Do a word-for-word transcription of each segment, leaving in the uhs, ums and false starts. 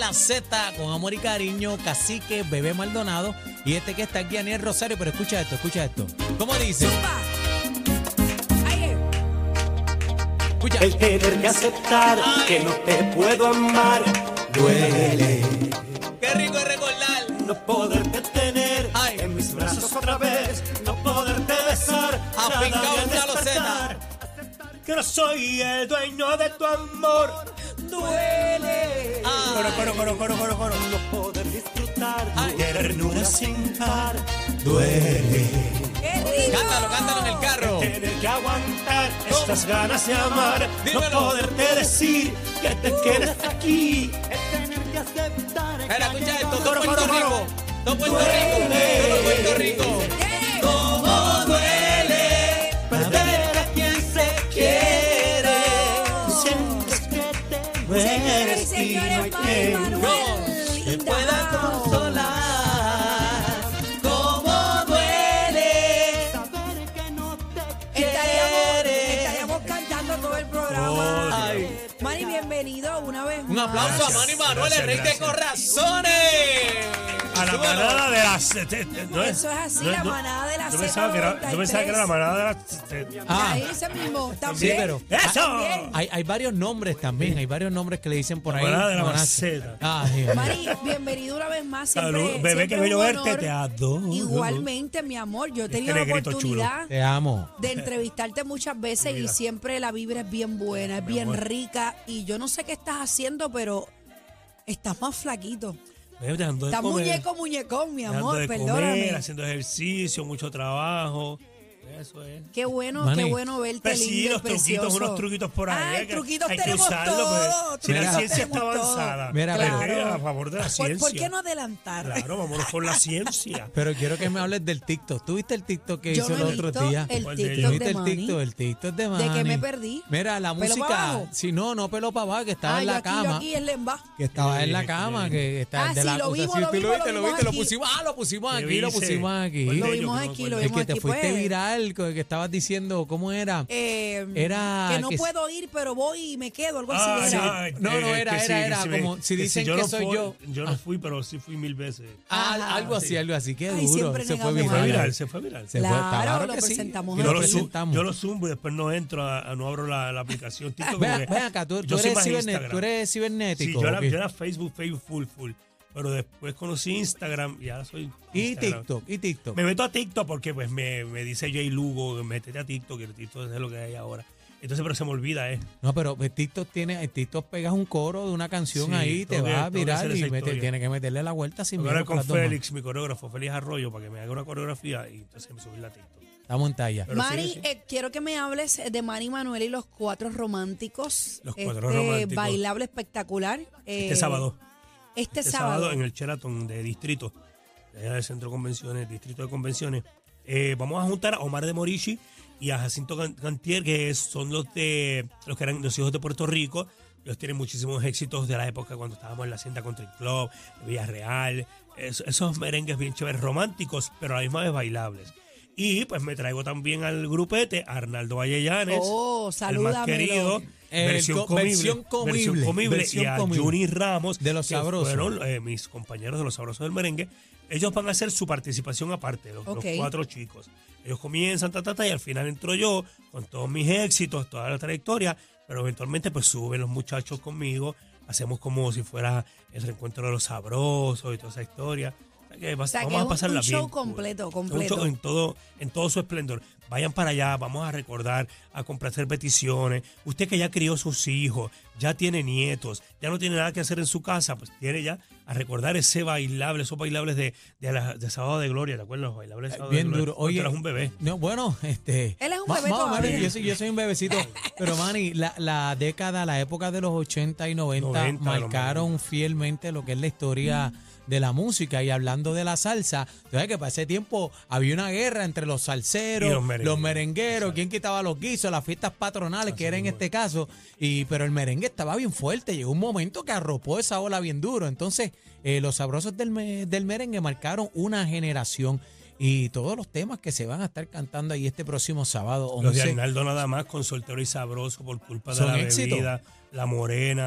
la Z con amor y cariño, Cacique, Bebé Maldonado y este que está aquí, Aniel Rosario. Pero escucha esto, escucha esto. ¿Cómo dice? Escucha. El tener que aceptar Ay. que no te puedo amar duele. Qué rico es recordar. No poderte tener Ay. en mis brazos otra vez, no poderte besar, afincado en la loseta. Que no soy el dueño de tu amor duele. Coro, coro, coro, coro, coro, coro. No poder disfrutar Ay. de ternura sin par duele. Cántalo, cántalo en el carro. Tener que aguantar ¿Cómo? estas ganas de amar, Dímelo. no poderte decir que te uh. quedes aquí. Es tener que aceptar. Mira, escucha esto, todo Puerto Rico. Todo Puerto Rico. Todo Puerto Rico. ¿Cómo duele perder a quien se quiere? Sientes que te mueres y no hay quien te pueda consolar. ¿Cómo duele saber que no te quiere? Estaríamos cantando todo el programa. Ay. Manny, bienvenido una vez más. Un aplauso Gracias. a Manny Manuel, Gracias, el rey gracias. de corazones. A la Súbelo. manada de las... No Eso es así, la manada de la Yo pensaba que era, yo pensaba que era la manada de las... Ah. Ahí ese mismo, Sí, también. pero ¡Eso! También. hay, hay varios nombres también, hay varios nombres que le dicen por La ahí. manada de la Manada. maceta. Ah, sí. Mari, bienvenido una vez más. Siempre, Salud, bebé, siempre que es bello un verte, honor. te adoro. Igualmente, mi amor, yo he Este tenido la negrito oportunidad Te amo. de entrevistarte muchas veces y Mira. siempre la vibra es bien buena, es Mi bien amor. rica y yo no sé qué estás haciendo, pero estás más flaquito. Bebé, dejando de Estás comer, muñeco, muñecón, mi dejando amor, de perdóname. comer, haciendo ejercicio, mucho trabajo. Eso es. Qué bueno, Mani. qué bueno verte Pues sí, lindo y los truquitos, precioso. unos truquitos por ahí. Ay, hay que- truquitos hay que tenemos usarlo, todos, pues, si la truquitos ciencia está tenemos todos. avanzada, Mira, pues, pero- eh, a favor de la ¿Por, ciencia. por qué no adelantar? Claro, vámonos con la ciencia. Pero quiero que me hables del TikTok. ¿Tú viste el TikTok que Yo hizo no el he otro visto día? el ¿Cuál de TikTok ellos? ¿Viste de el Manny. TikTok? El TikTok de Manny. ¿De qué me perdí? Mira, la ¿Pelo pa' música. abajo? Si no, no pelo para abajo, que estaba Ah, en yo la aquí, yo cama. aquí en Lemba. Que estaba en la Sí, cama, sí. que está Ah, de sí, la lo o sea, vimos, si lo tú vimos, lo viste, lo lo viste, vimos lo aquí. pusimos, ah, lo pusimos ¿Qué aquí, lo dice? pusimos aquí. ¿Cuál Lo de vimos ellos? aquí, No me lo acuerdo. Es vimos que te aquí, fuiste pues. viral, que que estabas diciendo, ¿cómo era? Eh, Era que no que- puedo ir, pero voy y me quedo, algo Ah, así sí, era. eh, No, no, eh, era, que sí, era, que era sí me- como si que dicen que no soy fui- yo. Yo no fui, pero sí fui mil veces. Ah, Ajá. algo así, algo así. Qué Ay, duro. siempre Se fue negamos Se fue viral. viral, se fue viral. Se fue, Claro, claro lo que sí. presentamos Y Yo lo lo, zu- presentamos. yo lo zumbo y después no entro, a, a- no abro la, la aplicación TikTok. Ven, porque ven acá, tú, yo tú soy eres más cibernet- Instagram. tú eres Sí, cibernético. yo era, ¿ok? yo era Facebook, Facebook full, full. Pero después conocí Instagram y ahora soy Y Instagram. TikTok, y TikTok. Me meto a TikTok porque pues me, me dice Jay Lugo, métete a TikTok, que el TikTok es lo que hay ahora. Entonces, pero se me olvida, ¿eh? No, pero pues, TikTok tiene, en TikTok pegas un coro de una canción Sí, ahí, te tengo que- va a tengo que virar hacer y esa mete- historia. tiene que meterle la vuelta sin Voy a miedo hablar con con las dos manos. Félix, mi coreógrafo, Félix Arroyo, para que me haga una coreografía y entonces me subí la TikTok. Estamos en talla. Pero Manny, sí, sí. eh, quiero que me hables de Manny Manuel y los Cuatro Románticos. Los Cuatro este Románticos. bailable espectacular. Este eh, sábado. Este, Este sábado. sábado en el Sheraton de Distrito, de allá del Centro de Convenciones, Distrito de Convenciones. Eh, vamos a juntar a Omar de Morici y a Jacinto Can- Cantier, que es- son los de los que eran los hijos de Puerto Rico. Ellos tienen muchísimos éxitos de la época cuando estábamos en la Hacienda Country Club, en Villarreal. Es- esos merengues bien chéveres, románticos, pero a la misma vez bailables. Y pues me traigo también al grupete, a Arnaldo Vallellanes, Oh, el más salúdamelo. querido. El versión, co- comible, versión comible, versión comible, versión y a comible. Juni Ramos, De Los que Sabrosos. fueron eh, mis compañeros de Los Sabrosos del Merengue. Ellos van a hacer su participación aparte, los, los Ok. cuatro chicos. Ellos comienzan, ta, ta, ta, y al final entro yo con todos mis éxitos, toda la trayectoria, pero eventualmente pues suben los muchachos conmigo, hacemos como si fuera el reencuentro de Los Sabrosos y toda esa historia. O sea que va- O sea, que vamos es a un- pasarla un show bien. completo, Un completo. show en todo, en todo su esplendor. Vayan para allá, vamos a recordar, a complacer peticiones. Usted que ya crió sus hijos, ya tiene nietos, ya no tiene nada que hacer en su casa, pues tiene ya a recordar ese bailable, esos bailables de, de, la- de Sábado de Gloria, ¿te acuerdas? Los bailables de Sábado Bien de Gloria. duro. Cuando Oye, eras un bebé. No, bueno, este. Él es un ma- bebé más o menos, todavía. yo, soy, yo soy un bebecito. Pero, Manny, la, la década, la época de los ochenta y noventa, noventa, marcaron lo fielmente lo que es la historia de la música. Y hablando de la salsa, tú sabes que para ese tiempo había una guerra entre los salseros, Y los los, merengueros. merengueros, quién quitaba los guisos, las fiestas patronales, Así que era en mismo este caso. Y, pero el merengue estaba bien fuerte. Llegó un momento que arropó esa ola bien duro. Entonces, eh, los sabrosos del, me- del merengue marcaron una generación. Y todos los temas que se van a estar cantando ahí este próximo sábado Los de once. Arnaldo nada más con Soltero y Sabroso por culpa de Son la éxitos. bebida, La Morena.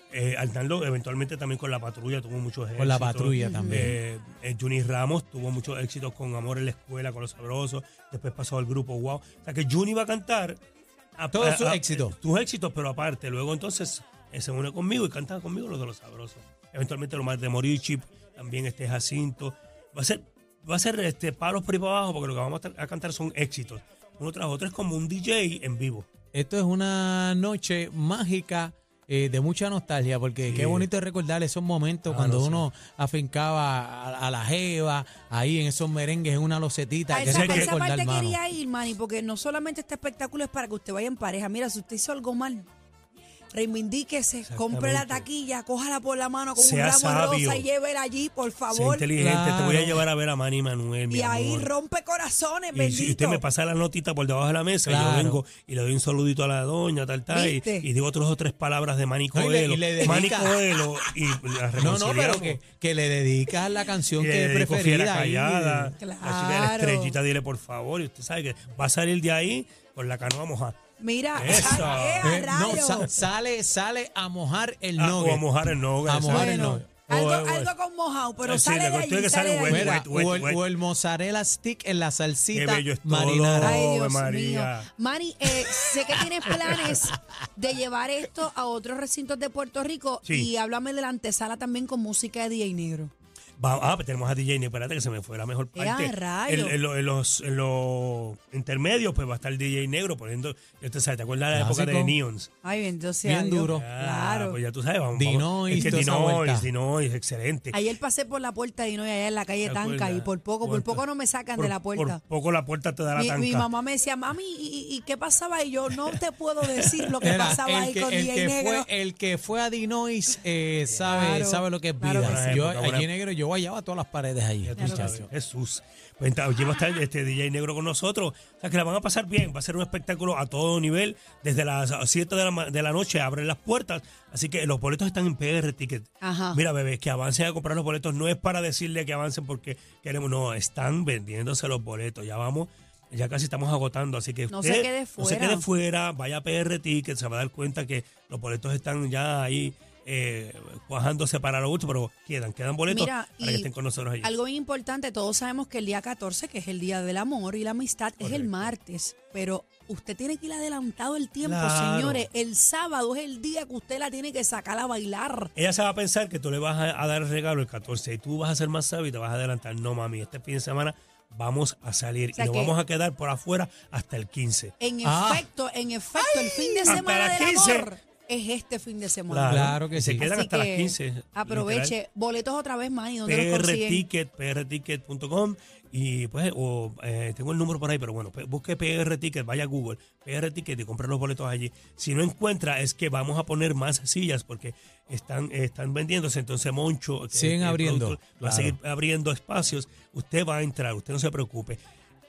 Eh, Arnaldo eventualmente también con La Patrulla tuvo muchos éxitos. Con La Patrulla también. Eh, eh, Juni Ramos tuvo muchos éxitos con Amor en la Escuela, con Los Sabrosos. Después pasó al grupo Wow. O sea que Juni va a cantar a, Todos a- sus a- éxitos. sus éxitos, pero aparte. Luego entonces eh, se une conmigo y canta conmigo los de Los Sabrosos. Eventualmente Omar de Morichi, también este Jacinto. Va a ser, va a ser este, palos por ahí para abajo porque lo que vamos a, a cantar son éxitos. Uno tras otro es como un D J en vivo. Esto es una noche mágica, eh, de mucha nostalgia, porque Sí. qué bonito es recordar esos momentos Ah, cuando no sé. uno afincaba a, a la jeva, ahí en esos merengues, en una locetita. A que esa, hay que a esa recordar, parte mano. quería ir, Manny, porque no solamente este espectáculo es para que usted vaya en pareja. Mira, si usted hizo algo mal, reivindíquese, compre la Exactamente. taquilla, cójala por la mano con Sea un ramo de sabio. rosa y llévela allí, por Sé favor. inteligente, te voy a Claro. llevar a ver a Manny Manuel, mi Y ahí amor. rompe corazones, Y bendito. si usted me pasa la notita por debajo de la mesa, Claro. yo vengo y le doy un saludito a la doña, tal, tal, y, ¿Viste? y digo otros o tres palabras de Manny No, y le- Coelho. y le dedica- Manny Coelho, y la No, no, reconciliamos. pero que, que le dedicas la canción Y le que es dedico Fiera preferida. ahí. Callada, la chica de la Claro. estrellita, dile por favor, y usted sabe que va a salir de ahí con la canoa mojada. Mira, Eso. ¡eh, a Eh, no, rayos! sa- sale, sale a mojar el Ah, nugget. o a mojar el nugget. A mojar el exacto. nugget. Algo, O- o- algo con mojado, pero Sí, sale la de cuestión allí, es que sale sale de wet, allí. Mira, wet, wet, o, el, wet. o el mozzarella stick en la Qué salsita bello es todo. marinara. Ay, Ave Dios María. mío. Manny, eh, sé que tienes planes de llevar esto a otros recintos de Puerto Rico Sí. y háblame de la antesala también con música de D J Negro. Va- ah, pues tenemos a D J Ney, espérate que se me fue la mejor ¡Eh, parte. a rayos! En, en lo- en los, en los intermedios, pues va a estar el D J Negro poniendo, ya tú sabes, ¿te acuerdas de la época de Clásico. Neons? Ay, bendito sea Bien Dios. duro. Ah, Claro. pues ya tú sabes, vamos. Dinois, vamos. Es que toda esa Dinois, vuelta. Dinois, excelente. Ayer pasé por la puerta de Dinoy allá en la calle ¿Te Tanca acuerdas? y por poco, por Por- poco no me sacan por, de la puerta. Por poco la puerta te da la Mi, tanca. mi mamá me decía, mami, ¿y, y- y qué pasaba? Y yo, no te puedo decir lo que Mira, pasaba el ahí que, con el D J que Negro. fue, el que fue a Dinois eh, sabe, Claro, sabe lo que es claro vida. que sí. Yo, Buena época, allí buena- negro, yo guayaba todas las paredes ahí. Ya tú Claro que sabes, sí. Jesús. Pues entonces, allí va a estar este D J Negro con nosotros. O sea, que la van a pasar bien. Va a ser un espectáculo a todo nivel. Desde las siete de la, ma- de la noche abren las puertas. Así que los boletos están en P R Ticket. Ajá. Mira, bebés, que avancen a comprar los boletos. No es para decirle que avancen porque queremos. No, están vendiéndose los boletos. Ya vamos. Ya casi estamos agotando, así que No usted se quede no se fuera. quede fuera, vaya a P R Ticket, se va a dar cuenta que los boletos están ya ahí eh, cuajándose para lo último, pero quedan, quedan boletos Mira, para que y estén con nosotros allí. Algo bien importante, todos sabemos que el día catorce, que es el día del amor y la amistad, es el Correcto. martes, pero usted tiene que ir adelantado el tiempo, Claro. señores. El sábado es el día que usted la tiene que sacar a bailar. Ella se va a pensar que tú le vas a, a dar el regalo el catorce y tú vas a ser más sabio y te vas a adelantar. No, mami, este fin de semana vamos a salir O sea y nos que- vamos a quedar por afuera hasta el quince. En Ah. efecto, en efecto, el fin de hasta semana las del quince. amor es este fin de semana. Claro que y se sí. quedan Así hasta las que quince. aproveche. Boletos otra vez, Manny, ¿dónde los P R consiguen? Ticket, P R Ticket punto com y pues, o, eh, tengo el número por ahí, pero bueno, pues, busque P R Ticket, vaya a Google, P R Ticket y compre los boletos allí. Si no encuentra, es que vamos a poner más sillas porque están, están vendiéndose, entonces Moncho que- Siguen que el abriendo, productor, va a claro. seguir abriendo espacios, usted va a entrar, usted no se preocupe.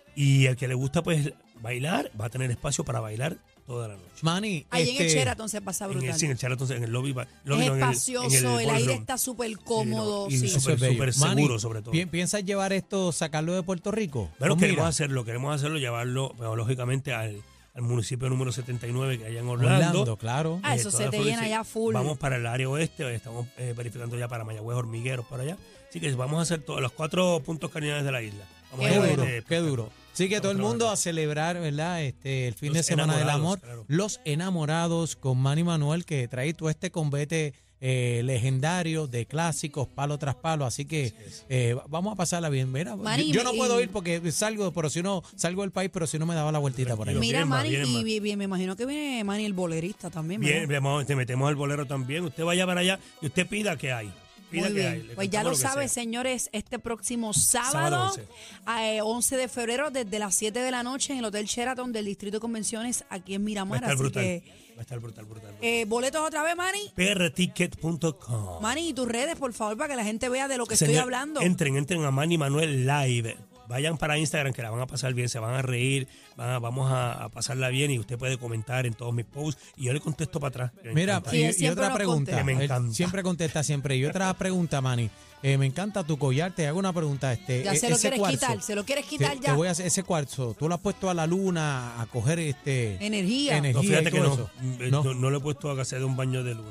Y el que le gusta pues bailar, va a tener espacio para bailar toda la noche. Manny, Ahí en el este, Sheraton se pasa En brutal. el, sí, en el Sheraton, en el lobby, va- lobby Es no, en el- espacioso, en el, aire ballroom. está súper cómodo. Sí, no, y sí. súper- eso es bello. súper Manny, seguro, sobre todo. pi- ¿piensas llevar esto, sacarlo de Puerto Rico? Bueno, Pues queremos mira, hacerlo, queremos hacerlo, llevarlo, bueno, lógicamente, al, al municipio número setenta y nueve que hay en Orlando. Orlando, claro. Ah, Eh, eso toda se la te Florida, llena sí. ya full. Vamos para el área oeste, estamos eh, verificando ya para Mayagüez, Hormigueros, para allá. Así que vamos a hacer todos los cuatro puntos cardinales de la isla. Vamos Qué a Qué llevar duro, este qué duro. Así que todo el Vamos mundo trabajando. a celebrar, ¿verdad? Este, el fin Los de semana del enamorados, amor. claro. Los enamorados con Manny Manuel, que trae todo este combate eh, legendario de clásicos, palo tras palo. Así que es. eh, vamos a pasarla bien. Mira, Manny, yo, yo no y- puedo ir porque salgo, pero si no, salgo del país, pero si no me daba la vueltita por ahí. Tranquilo. Mira, Bien, ma, Manny, bien, ma. y bien, bien, me imagino que viene Manny el bolerista también. Bien, ¿verdad? vamos, te metemos al bolero también. Usted vaya para allá y usted pida que hay. Pida Muy que bien. hay. Le Pues ya cantamos lo que sabe, sea. señores, este próximo Sábado sábado, once. eh, once de febrero, desde las siete de la noche en el Hotel Sheraton del Distrito de Convenciones aquí en Va a Miramar. estar Así brutal. que, Va a estar brutal, brutal. brutal. eh, boletos otra vez, Manny. P R Ticket punto com. Manny, y tus redes, por favor, para que la gente vea de lo que estoy Señor, hablando. Entren, entren a Manny Manuel Live. Vayan para Instagram que la van a pasar bien, se van a reír, van a- vamos a, a pasarla bien y usted puede comentar en todos mis posts y yo le contesto para atrás. Me Mira, encanta. Sí, y, él y siempre otra nos pregunta. contesta. Que me Él encanta. siempre contesta siempre. Y otra pregunta, Manny. Eh, me encanta tu collar. Te hago una pregunta. Este, ya e- se lo ese quieres cuarzo, quitar, se lo quieres Te, quitar te ya. voy a hacer ese cuarzo. Tú lo has puesto a la luna a coger este Energía. energía No, fíjate y que todo no, eso. mm, No. no, no le he puesto a que se dé un baño de luna.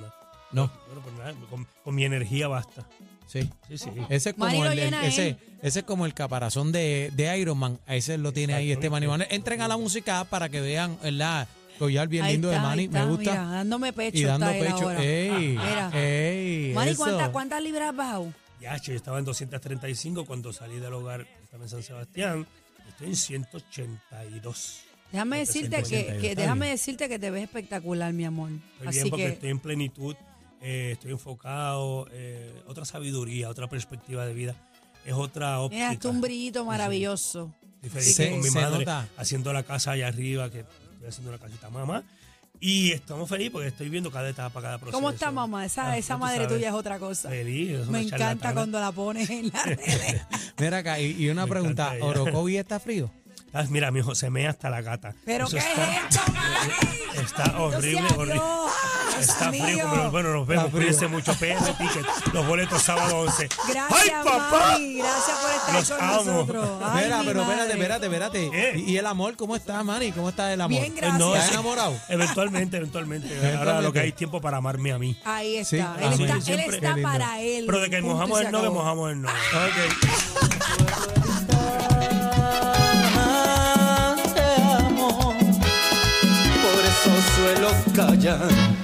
No. Bueno, pues nada, con, con mi energía basta. Sí. Sí, sí. Ese es como Manny lo el, el- llena ese, él. ese es como el caparazón de, de Iron Man. A ese lo tiene ahí este Manny Manuel. Entren a la música para que vean el collar bien Ahí lindo está, de Manny. ahí está, Me gusta. Mira, dándome pecho. y dando está él pecho. ahora. ¡Ey! Mira. ¡Ey! Manny, eso. ¿cuántas, ¿cuántas libras has bajado? Ya, che, yo estaba en doscientos treinta y cinco cuando salí del hogar, estaba en San Sebastián. Estoy en ciento ochenta y dos. Déjame decirte que, ciento ochenta y dos, que está déjame bien. decirte que te ves espectacular, mi amor. Estoy Así bien porque que estoy en plenitud, eh, estoy enfocado, eh, otra sabiduría, otra perspectiva de vida. Es otra óptica. mira, hasta un brillito maravilloso. Estoy feliz Se- con mi se madre nota. haciendo la casa allá arriba, que estoy haciendo una casita a mamá. Y estamos felices porque estoy viendo cada etapa, cada proceso. ¿Cómo está mamá? Esa, Ah, esa tú madre sabes. tuya es otra cosa. Feliz, es una Me encanta charlatana. cuando la pones en las redes. Mira acá, y, y una Me pregunta. encanta ella. ¿Orocovi está frío? Ah, mira, mi hijo, se mea hasta la gata. ¿Pero Eso qué está, es esto, Manny? Está horrible, Dios sea horrible. Dios, Está Dios frío, mío. pero bueno, nos vemos. Está frío. Cuídense mucho. P R Ticket, los boletos sábado once. Gracias, ¡Ay, papá! mami. Gracias por estar Los con amo. nosotros. Ay, Espera, mi pero espérate, madre. espérate, espérate. ¿Qué? ¿Y, y el amor cómo está, Manny? ¿Cómo está el amor? Bien, gracias. No, ¿Estás sí. enamorado? Eventualmente, eventualmente. Ahora lo que hay tiempo para amarme a mí. Ahí está. Sí, él, amén. está él Siempre- está Qué lindo. para él. Pero de que Punto, mojamos y se el novio, acabó. mojamos el novio. Te amo, por eso suelo callar.